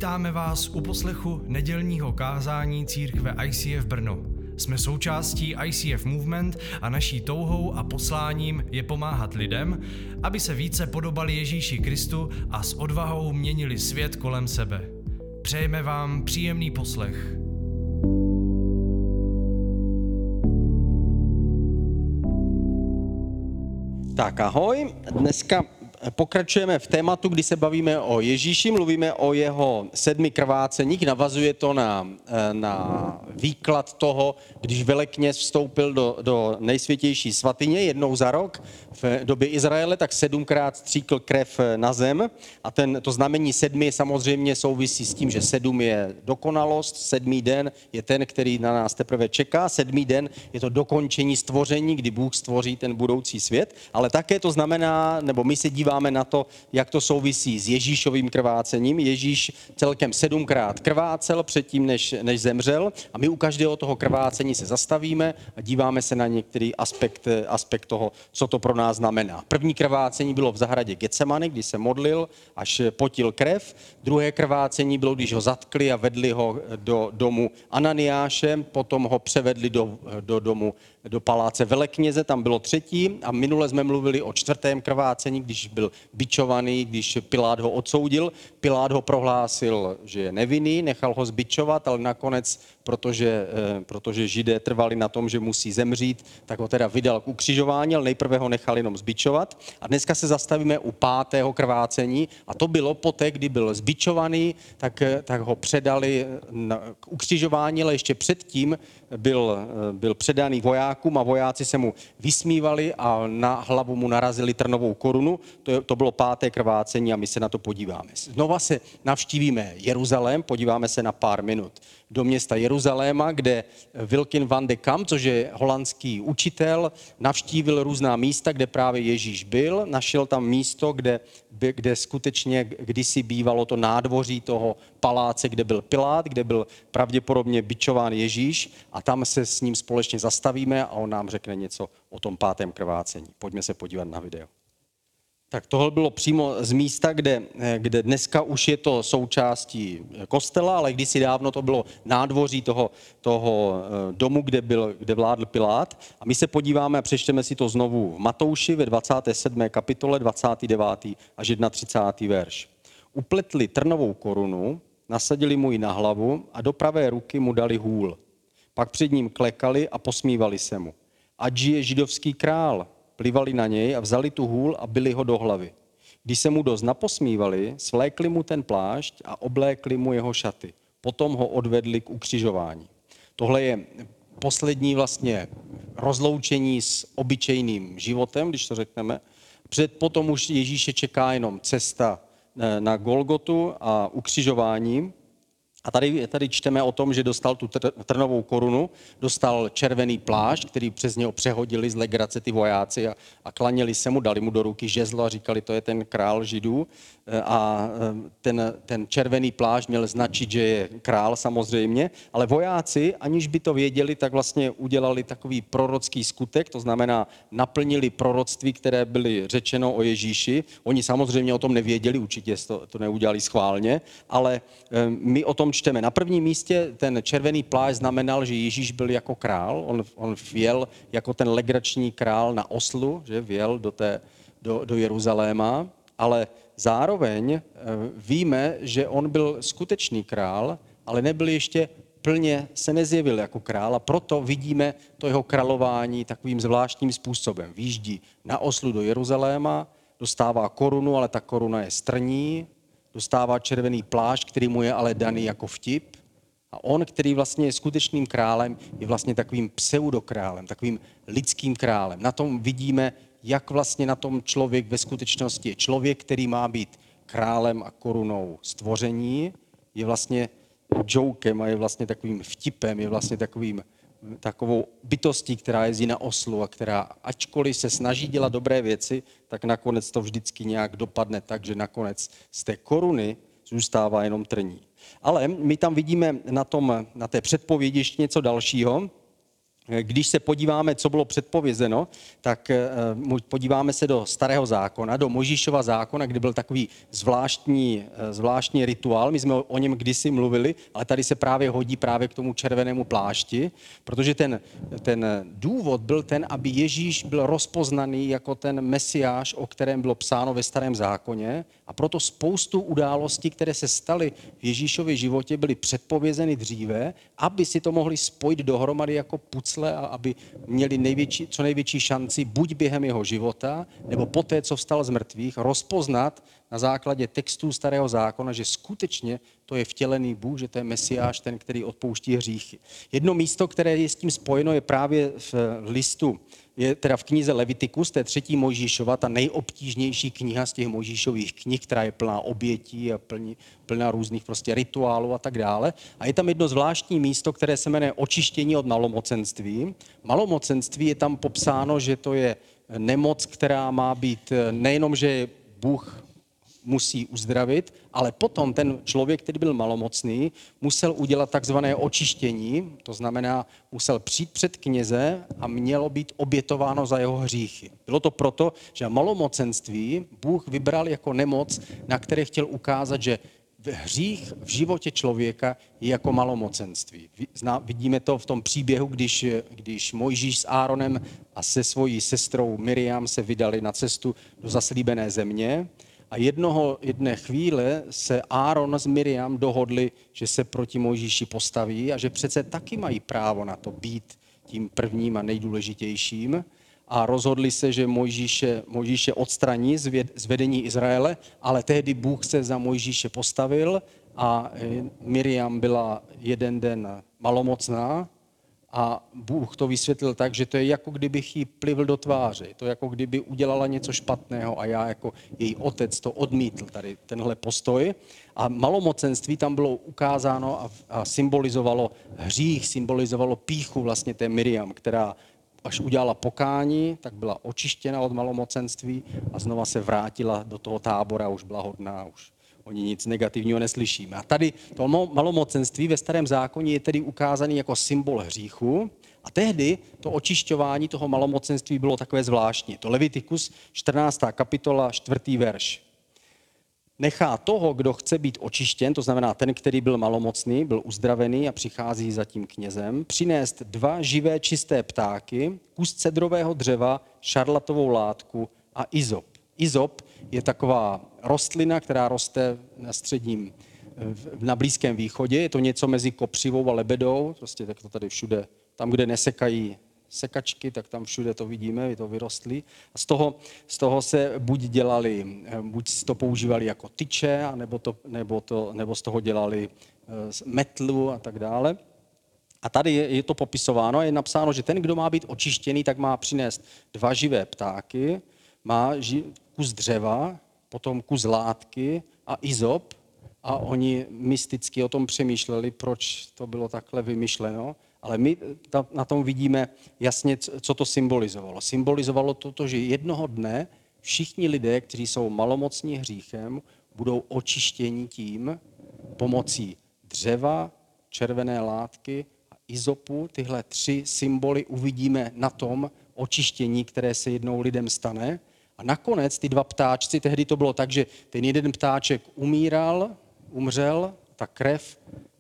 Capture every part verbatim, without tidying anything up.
Vítáme vás u poslechu nedělního kázání církve I C F Brno. Jsme součástí I C F Movement a naší touhou a posláním je pomáhat lidem, aby se více podobali Ježíši Kristu a s odvahou měnili svět kolem sebe. Přejeme vám příjemný poslech. Tak ahoj, dneska pokračujeme v tématu, kdy se bavíme o Ježíši, mluvíme o jeho sedmi krváceních, navazuje to na, na výklad toho, když velekněz vstoupil do, do nejsvětější svatyně jednou za rok v době Izraele, tak sedmkrát stříkl krev na zem a ten, to znamení sedmi samozřejmě souvisí s tím, že sedm je dokonalost, sedmý den je ten, který na nás teprve čeká, sedmý den je to dokončení stvoření, kdy Bůh stvoří ten budoucí svět, ale také to znamená, nebo my se díváme na to, jak to souvisí s Ježíšovým krvácením. Ježíš celkem sedmkrát krvácel předtím, než, než zemřel a my u každého toho krvácení se zastavíme a díváme se na některý aspekt, aspekt toho, co to pro nás znamená. První krvácení bylo v zahradě Getsemany, kdy se modlil, až potil krev. Druhé krvácení bylo, když ho zatkli a vedli ho do domu Ananiáše, potom ho převedli do, do domu, do paláce velekněze, tam bylo třetí a minule jsme mluvili o čtvrtém krvácení, když byl bičovaný, když Pilát ho odsoudil. Pilát ho prohlásil, že je nevinný, nechal ho zbičovat, ale nakonec, protože, protože Židé trvali na tom, že musí zemřít, tak ho teda vydal k ukřižování, ale nejprve ho nechal jenom zbičovat. A dneska se zastavíme u pátého krvácení a to bylo poté, kdy byl zbičovaný, tak, tak ho předali k ukřižování, ale ještě předtím byl, byl předaný vojákům a vojáci se mu vysmívali a na hlavu mu narazili trnovou korunu. To, to bylo páté krvácení a my se na to podíváme. Znova se navštívíme Jeruzalém, podíváme se na pár minut do města Jeruzaléma, kde Wilkin van de Kamp, což je holandský učitel, navštívil různá místa, kde právě Ježíš byl. Našel tam místo, kde, kde skutečně kdysi bývalo to nádvoří toho paláce, kde byl Pilát, kde byl pravděpodobně bičován Ježíš a tam se s ním společně zastavíme a on nám řekne něco o tom pátém krvácení. Pojďme se podívat na video. Tak tohle bylo přímo z místa, kde, kde dneska už je to součástí kostela, ale kdysi dávno to bylo nádvoří toho, toho domu, kde, byl, kde vládl Pilát. A my se podíváme a přečteme si to znovu v Matouši ve dvacáté sedmé kapitole, dvacátý devátý až třicátý první verš. Upletli trnovou korunu, nasadili mu ji na hlavu a do pravé ruky mu dali hůl. Pak před ním klekali a posmívali se mu. Ať žije židovský král. Plivali na něj a vzali tu hůl a bili ho do hlavy. Když se mu dost naposmívali, svlékli mu ten plášť a oblékli mu jeho šaty. Potom ho odvedli k ukřižování. Tohle je poslední vlastně rozloučení s obyčejným životem, když to řekneme. Před potom už Ježíše čeká jenom cesta na Golgotu a ukřižování. A tady, tady čteme o tom, že dostal tu trnovou korunu, dostal červený plášť, který přes něho přehodili z legrace ty vojáci a, a klaněli se mu, dali mu do ruky žezlo a říkali, to je ten král Židů. A ten, ten červený plášť měl značit, že je král samozřejmě, ale vojáci, aniž by to věděli, tak vlastně udělali takový prorocký skutek, to znamená naplnili proroctví, které byly řečeno o Ježíši. Oni samozřejmě o tom nevěděli, určitě to, to neudělali schválně, ale my o tom čteme. Na prvním místě ten červený plášť znamenal, že Ježíš byl jako král, on, on vjel jako ten legrační král na oslu, že vjel do, té, do, do Jeruzaléma, ale zároveň víme, že on byl skutečný král, ale nebyl ještě plně, se nezjevil jako král a proto vidíme to jeho králování takovým zvláštním způsobem. Výjíždí na oslu do Jeruzaléma, dostává korunu, ale ta koruna je strní, dostává červený plášť, který mu je ale daný jako vtip. A on, který vlastně je skutečným králem, je vlastně takovým pseudokrálem, takovým lidským králem. Na tom vidíme, jak vlastně na tom člověk ve skutečnosti je. Člověk, který má být králem a korunou stvoření, je vlastně jokem a je vlastně takovým vtipem, je vlastně takovým, takovou bytostí, která jezdí na oslu a která, ačkoliv se snaží dělat dobré věci, tak nakonec to vždycky nějak dopadne tak, že nakonec z té koruny zůstává jenom trní. Ale my tam vidíme na, tom, na té předpovědi ještě něco dalšího. když se podíváme, co bylo předpovězeno, tak podíváme se do Starého zákona, do Mojžíšova zákona, kde byl takový zvláštní, zvláštní rituál. My jsme o něm kdysi mluvili, ale tady se právě hodí právě k tomu červenému plášti, protože ten, ten důvod byl ten, aby Ježíš byl rozpoznaný jako ten mesiáš, o kterém bylo psáno ve Starém zákoně, a proto spoustu událostí, které se staly v Ježíšově životě, byly předpovězeny dříve, aby si to mohli spojit dohromady jako pucle a aby měli největší, co největší šanci buď během jeho života, nebo poté, co vstal z mrtvých, rozpoznat na základě textů Starého zákona, že skutečně to je vtělený Bůh, že to je mesiáš, ten, který odpouští hříchy. Jedno místo, které je s tím spojeno, je právě v listu, je teda v knize Levitikus, to je třetí Mojžíšova, ta nejobtížnější kniha z těch Mojžíšových knih, která je plná obětí a plní, plná různých prostě rituálů a tak dále. A je tam jedno zvláštní místo, které se jmenuje očištění od malomocenství. Malomocenství je tam popsáno, že to je nemoc, která má být nejenom, že Bůh musí uzdravit, ale potom ten člověk, který byl malomocný, musel udělat takzvané očištění, to znamená, musel přijít před kněze a mělo být obětováno za jeho hříchy. Bylo to proto, že malomocenství Bůh vybral jako nemoc, na které chtěl ukázat, že hřích v životě člověka je jako malomocenství. Vidíme to v tom příběhu, když, když Mojžíš s Áronem a se svojí sestrou Miriam se vydali na cestu do zaslíbené země. A jednoho, jedné chvíle se Áron s Miriam dohodli, že se proti Mojžíši postaví a že přece taky mají právo na to být tím prvním a nejdůležitějším. A rozhodli se, že Mojžíše, Mojžíše odstraní z vedení Izraele, ale tehdy Bůh se za Mojžíše postavil a Miriam byla jeden den malomocná. A Bůh to vysvětlil tak, že to je jako kdybych jí plivl do tváře. Je to jako kdyby udělala něco špatného a já jako její otec to odmítl, tady tenhle postoj. A malomocenství tam bylo ukázáno a, a symbolizovalo hřích, symbolizovalo pýchu vlastně té Miriam, která až udělala pokání, tak byla očištěna od malomocenství a znova se vrátila do toho tábora, už byla hodná, už oni nic negativního neslyšíme. A tady to malomocenství ve Starém zákoně je tedy ukázaný jako symbol hříchu a tehdy to očišťování toho malomocenství bylo takové zvláštní. To Levitikus, čtrnáctá kapitola, čtvrtý verš. Nechá toho, kdo chce být očištěn, to znamená ten, který byl malomocný, byl uzdravený a přichází za tím knězem, přinést dva živé čisté ptáky, kus cedrového dřeva, šarlatovou látku a izop. Izop je taková rostlina, která roste na středním, na Blízkém východě. Je to něco mezi kopřivou a lebedou, prostě tak to tady všude, tam, kde nesekají sekačky, tak tam všude to vidíme, je to vyrostlý. A z toho, z toho se buď dělali, buď to používali jako tyče, nebo, to, nebo, to, nebo z toho dělali metlu a tak dále. A tady je, je to popisováno a je napsáno, že ten, kdo má být očištěný, tak má přinést dva živé ptáky, má ži, kus dřeva, potom kus látky a izop. A oni mysticky o tom přemýšleli, proč to bylo takhle vymyšleno. Ale my na tom vidíme jasně, co to symbolizovalo. Symbolizovalo to, to, že jednoho dne všichni lidé, kteří jsou malomocní hříchem, budou očištěni tím pomocí dřeva, červené látky a izopu. Tyhle tři symboly uvidíme na tom očištění, které se jednou lidem stane. A nakonec ty dva ptáčci, tehdy to bylo tak, že ten jeden ptáček umíral, umřel, ta krev,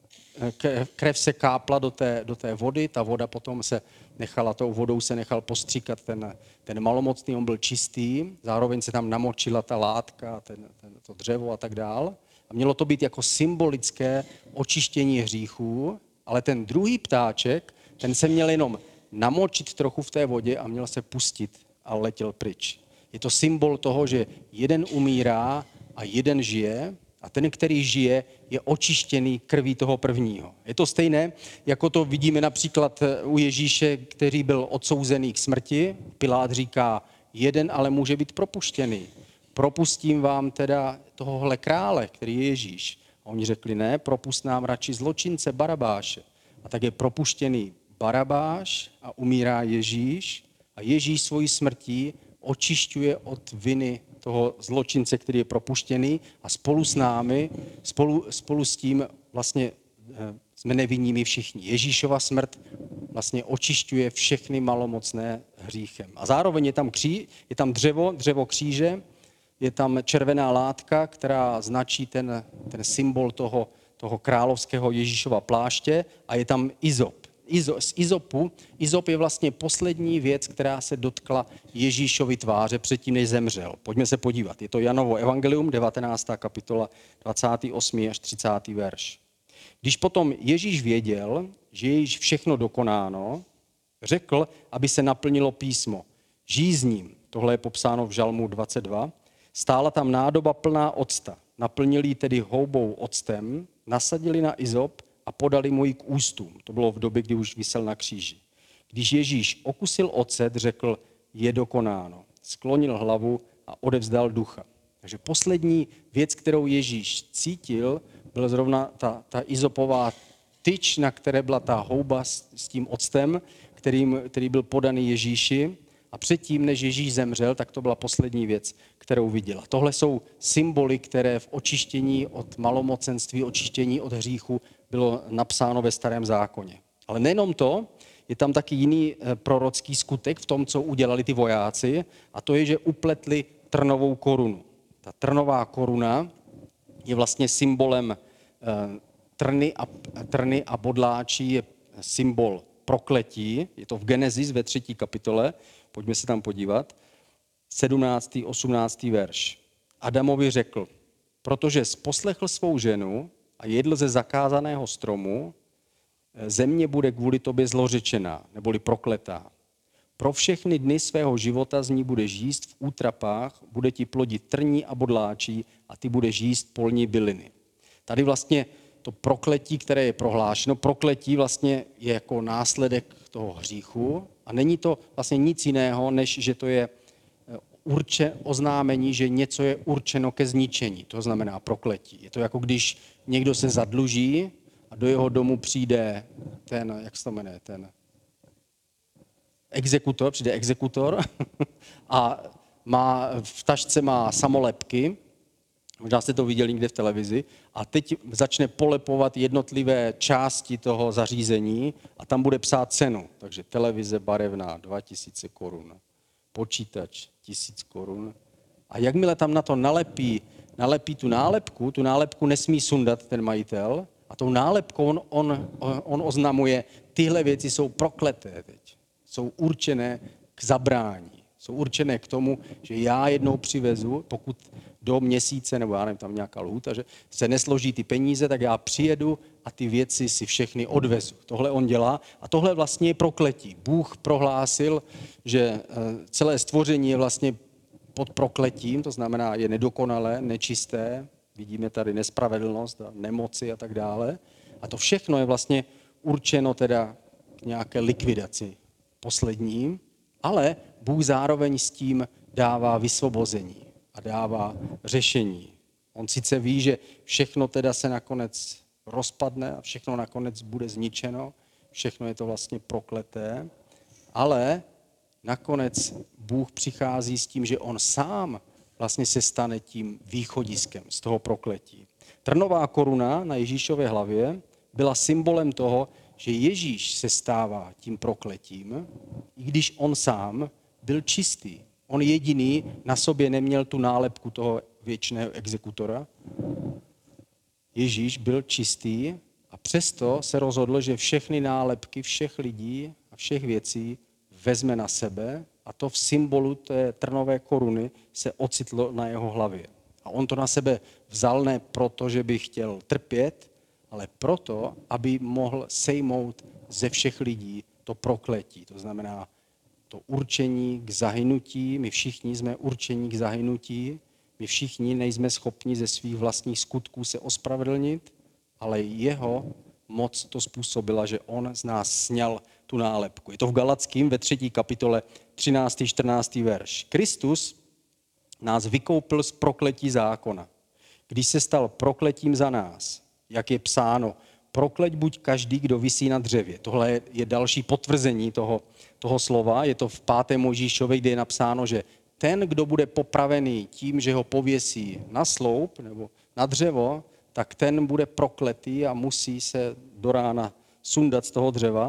krev se kápla do té, do té vody, ta voda potom se nechala, tou vodou se nechal postříkat ten, ten malomocný, on byl čistý, zároveň se tam namočila ta látka, ten, ten, to dřevo a tak dál. A mělo to být jako symbolické očištění hříchů, ale ten druhý ptáček, ten se měl jenom namočit trochu v té vodě a měl se pustit a letěl pryč. Je to symbol toho, že jeden umírá a jeden žije a ten, který žije, je očištěný krví toho prvního. Je to stejné, jako to vidíme například u Ježíše, který byl odsouzený k smrti. Pilát říká, jeden ale může být propuštěný. Propustím vám teda tohohle krále, který je Ježíš. A oni řekli, ne, propust nám radši zločince Barabáše. A tak je propuštěný Barabáš a umírá Ježíš a Ježíš svojí smrtí očišťuje od viny toho zločince, který je propuštěný a spolu s námi, spolu, spolu s tím vlastně jsme nevinní my všichni. Ježíšova smrt vlastně očišťuje všechny malomocné hříchem. A zároveň je tam, kří, je tam dřevo, dřevo kříže, je tam červená látka, která značí ten, ten symbol toho, toho královského Ježíšova pláště a je tam izop. Izo, z izopu, izop je vlastně poslední věc, která se dotkla Ježíšovy tváře předtím, než zemřel. Pojďme se podívat. Je to Janovo evangelium, devatenáctá kapitola, dvacátý osmý až třicátý verš. Když potom Ježíš věděl, že je již všechno dokonáno, řekl, aby se naplnilo písmo. Žízním, tohle je popsáno v Žalmu dvacet dva, stála tam nádoba plná octa. Naplnili ji tedy houbou octem, nasadili na izop a podali mu ji k ústům. To bylo v době, kdy už visel na kříži. Když Ježíš okusil ocet, řekl, je dokonáno. Sklonil hlavu a odevzdal ducha. Takže poslední věc, kterou Ježíš cítil, byla zrovna ta, ta izopová tyč, na které byla ta houba s, s tím octem, kterým, který byl podaný Ježíši. A předtím, než Ježíš zemřel, tak to byla poslední věc, kterou viděla. Tohle jsou symboly, které v očištění od malomocenství, očištění od hříchu bylo napsáno ve Starém zákoně. Ale nejenom to, je tam taky jiný prorocký skutek v tom, co udělali ty vojáci, a to je, že upletli trnovou korunu. Ta trnová koruna je vlastně symbolem trny a, trny a bodláčí, je symbol prokletí, je to v Genesis ve třetí kapitole, pojďme se tam podívat, sedmnáctý osmnáctý verš. Adamovi řekl, protože poslechl svou ženu a jedl ze zakázaného stromu, země bude kvůli tobě zlořečená, neboli prokletá. Pro všechny dny svého života z ní budeš jíst v útrapách, bude ti plodit trní a bodláčí a ty budeš jíst polní byliny. Tady vlastně to prokletí, které je prohlášeno, prokletí vlastně je jako následek toho hříchu a není to vlastně nic jiného, než že to je urče, oznámení, že něco je určeno ke zničení. To znamená prokletí. Je to jako když někdo se zadluží a do jeho domu přijde ten, jak se to jmenuje, ten exekutor, přijde exekutor a má, v tašce má samolepky, možná jste to viděli někde v televizi, a teď začne polepovat jednotlivé části toho zařízení a tam bude psát cenu. Takže televize barevná, dva tisíce korun, počítač, tisíc korun. A jakmile tam na to nalepí, nalepí tu nálepku, tu nálepku nesmí sundat ten majitel a tou nálepkou on, on, on oznamuje, tyhle věci jsou prokleté teď. Jsou určené k zabrání. Jsou určené k tomu, že já jednou přivezu, pokud do měsíce, nebo já nevím, tam nějaká lhůta, že se nesloží ty peníze, tak já přijedu a ty věci si všechny odvezu. Tohle on dělá a tohle vlastně je prokletí. Bůh prohlásil, že celé stvoření je vlastně pod prokletím, to znamená je nedokonalé, nečisté, vidíme tady nespravedlnost a nemoci a tak dále. A to všechno je vlastně určeno teda k nějaké likvidaci posledním, ale Bůh zároveň s tím dává vysvobození a dává řešení. On sice ví, že všechno teda se nakonec rozpadne a všechno nakonec bude zničeno, všechno je to vlastně prokleté, ale nakonec Bůh přichází s tím, že on sám vlastně se stane tím východiskem z toho prokletí. Trnová koruna na Ježíšově hlavě byla symbolem toho, že Ježíš se stává tím prokletím, i když on sám byl čistý. On jediný na sobě neměl tu nálepku toho věčného exekutora. Ježíš byl čistý a přesto se rozhodl, že všechny nálepky všech lidí a všech věcí vezme na sebe a to v symbolu té trnové koruny se ocitlo na jeho hlavě. A on to na sebe vzal ne proto, že by chtěl trpět, ale proto, aby mohl sejmout ze všech lidí to prokletí. To znamená to určení k zahynutí. My všichni jsme určení k zahynutí. My všichni nejsme schopni ze svých vlastních skutků se ospravedlnit, ale jeho moc to způsobila, že on z nás sňal tu nálepku. Je to v Galackým ve třetí kapitole třináctý čtrnáctý verš. Kristus nás vykoupil z prokletí zákona, když se stal prokletím za nás, jak je psáno, prokleť buď každý, kdo visí na dřevě. Tohle je další potvrzení toho, toho slova. Je to v pátém Mojžíšově, kde je napsáno, že ten, kdo bude popravený tím, že ho pověsí na sloup nebo na dřevo, tak ten bude prokletý a musí se do rána sundat z toho dřeva.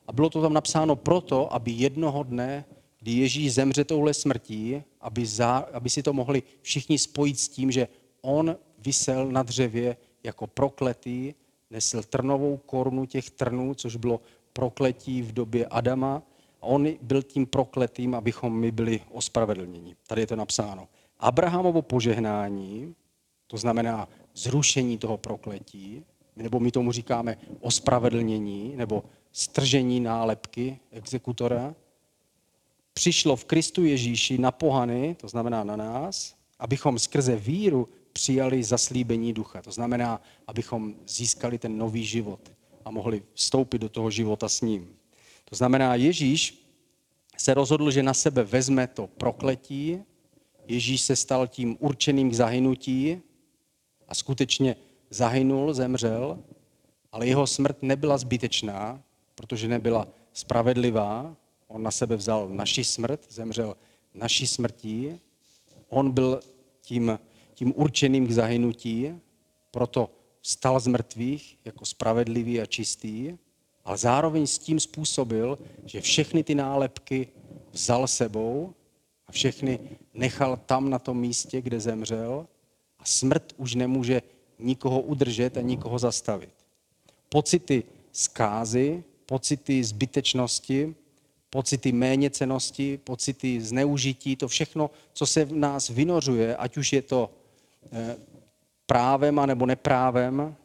A bylo to tam napsáno proto, aby jednoho dne, kdy Ježíš zemře touhle smrtí, aby, za, aby si to mohli všichni spojit s tím, že on visel na dřevě jako prokletý, nesl trnovou korunu těch trnů, což bylo prokletí v době Adama. A on byl tím prokletým, abychom my byli ospravedlněni. Tady je to napsáno. Abrahamovo požehnání, to znamená zrušení toho prokletí, nebo my tomu říkáme ospravedlnění, nebo stržení nálepky exekutora, přišlo v Kristu Ježíši na pohany, to znamená na nás, abychom skrze víru přijali zaslíbení ducha. To znamená, abychom získali ten nový život a mohli vstoupit do toho života s ním. To znamená, Ježíš se rozhodl, že na sebe vezme to prokletí, Ježíš se stal tím určeným k zahynutí a skutečně zahynul, zemřel, ale jeho smrt nebyla zbytečná, protože nebyla spravedlivá. On na sebe vzal naši smrt, zemřel naší smrtí. On byl tím, tím určeným k zahynutí, proto vstal z mrtvých jako spravedlivý a čistý, ale zároveň s tím způsobil, že všechny ty nálepky vzal sebou a všechny nechal tam na tom místě, kde zemřel, a smrt už nemůže nikoho udržet a nikoho zastavit. Pocity zkázy, pocity zbytečnosti, pocity méněcennosti, pocity zneužití, to všechno, co se v nás vynořuje, ať už je to právem anebo neprávem,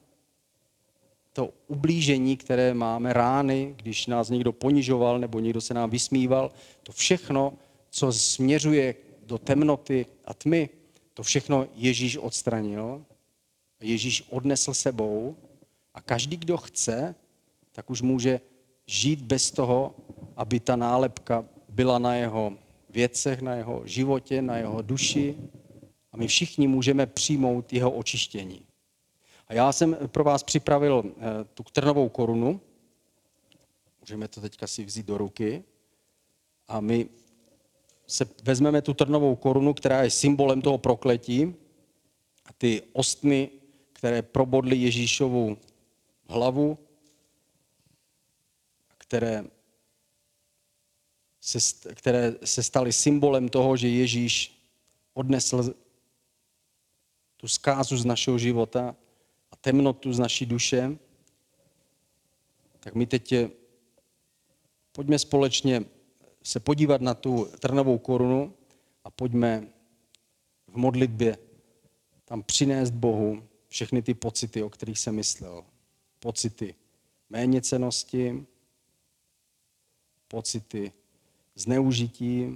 to ublížení, které máme, rány, když nás někdo ponižoval nebo někdo se nám vysmíval, to všechno, co směřuje do temnoty a tmy, to všechno Ježíš odstranil. Ježíš odnesl sebou a každý, kdo chce, tak už může žít bez toho, aby ta nálepka byla na jeho věcech, na jeho životě, na jeho duši, a my všichni můžeme přijmout jeho očištění. A já jsem pro vás připravil tu trnovou korunu. Můžeme to teďka si vzít do ruky. A my se vezmeme tu trnovou korunu, která je symbolem toho prokletí. A ty ostny, které probodly Ježíšovu hlavu, které se, které se staly symbolem toho, že Ježíš odnesl tu zkázu z našeho života a temnotu z naší duše, tak my teď pojďme společně se podívat na tu trnovou korunu a pojďme v modlitbě tam přinést Bohu všechny ty pocity, o kterých jsem myslel. Pocity méněcennosti, pocity zneužití,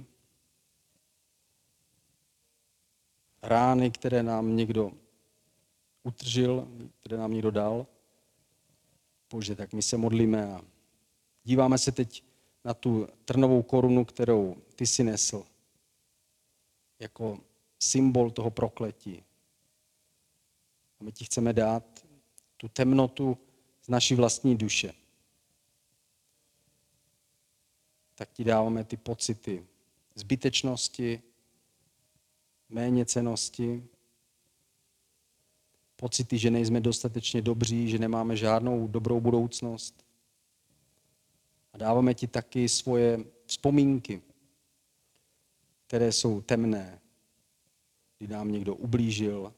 rány, které nám někdo utržil, které nám někdo dal. Bože, tak my se modlíme a díváme se teď na tu trnovou korunu, kterou ty si nesl, jako symbol toho prokletí. A my ti chceme dát tu temnotu z naší vlastní duše. Tak ti dáváme ty pocity zbytečnosti, méněcennosti, pocity, že nejsme dostatečně dobří, že nemáme žádnou dobrou budoucnost. A dáváme ti taky svoje vzpomínky, které jsou temné, kdy nám někdo ublížil,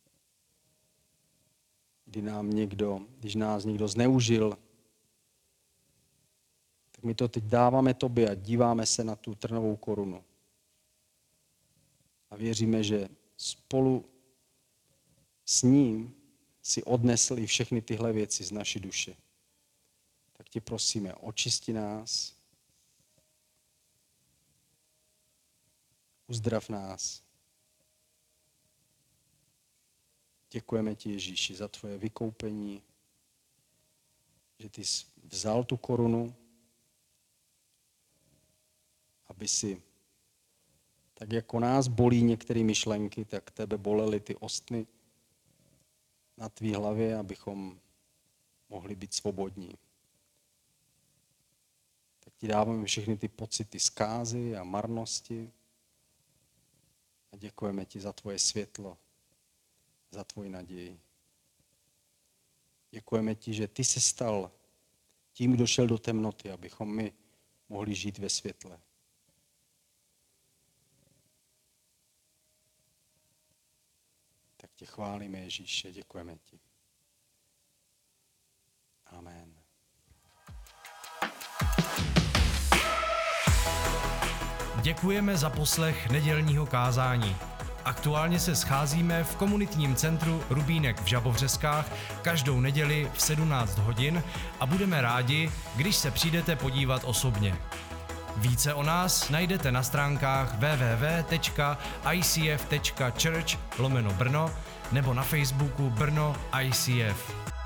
kdy nám někdo, když nás někdo zneužil. Tak my to teď dáváme tobě a díváme se na tu trnovou korunu. A věříme, že spolu s ním si odnesl i všechny tyhle věci z naší duše. Tak tě prosíme, očisti nás, uzdrav nás. Děkujeme ti, Ježíši, za tvoje vykoupení, že ty jsi vzal tu korunu, aby si, tak jako nás bolí některé myšlenky, tak tebe bolely ty ostny na tvý hlavě, abychom mohli být svobodní. Tak ti dáváme všechny ty pocity zkázy a marnosti a děkujeme ti za tvoje světlo, za tvoji naději. Děkujeme ti, že ty se stal tím, kdo šel do temnoty, abychom my mohli žít ve světle. Tak tě chválíme, Ježíše, děkujeme ti. Amen. Děkujeme za poslech nedělního kázání. Aktuálně se scházíme v komunitním centru Rubínek v Žabovřeskách každou neděli v sedmnáct hodin a budeme rádi, když se přijdete podívat osobně. Více o nás najdete na stránkách w w w tečka i c f tečka church lomeno Brno nebo na Facebooku Brno I C F.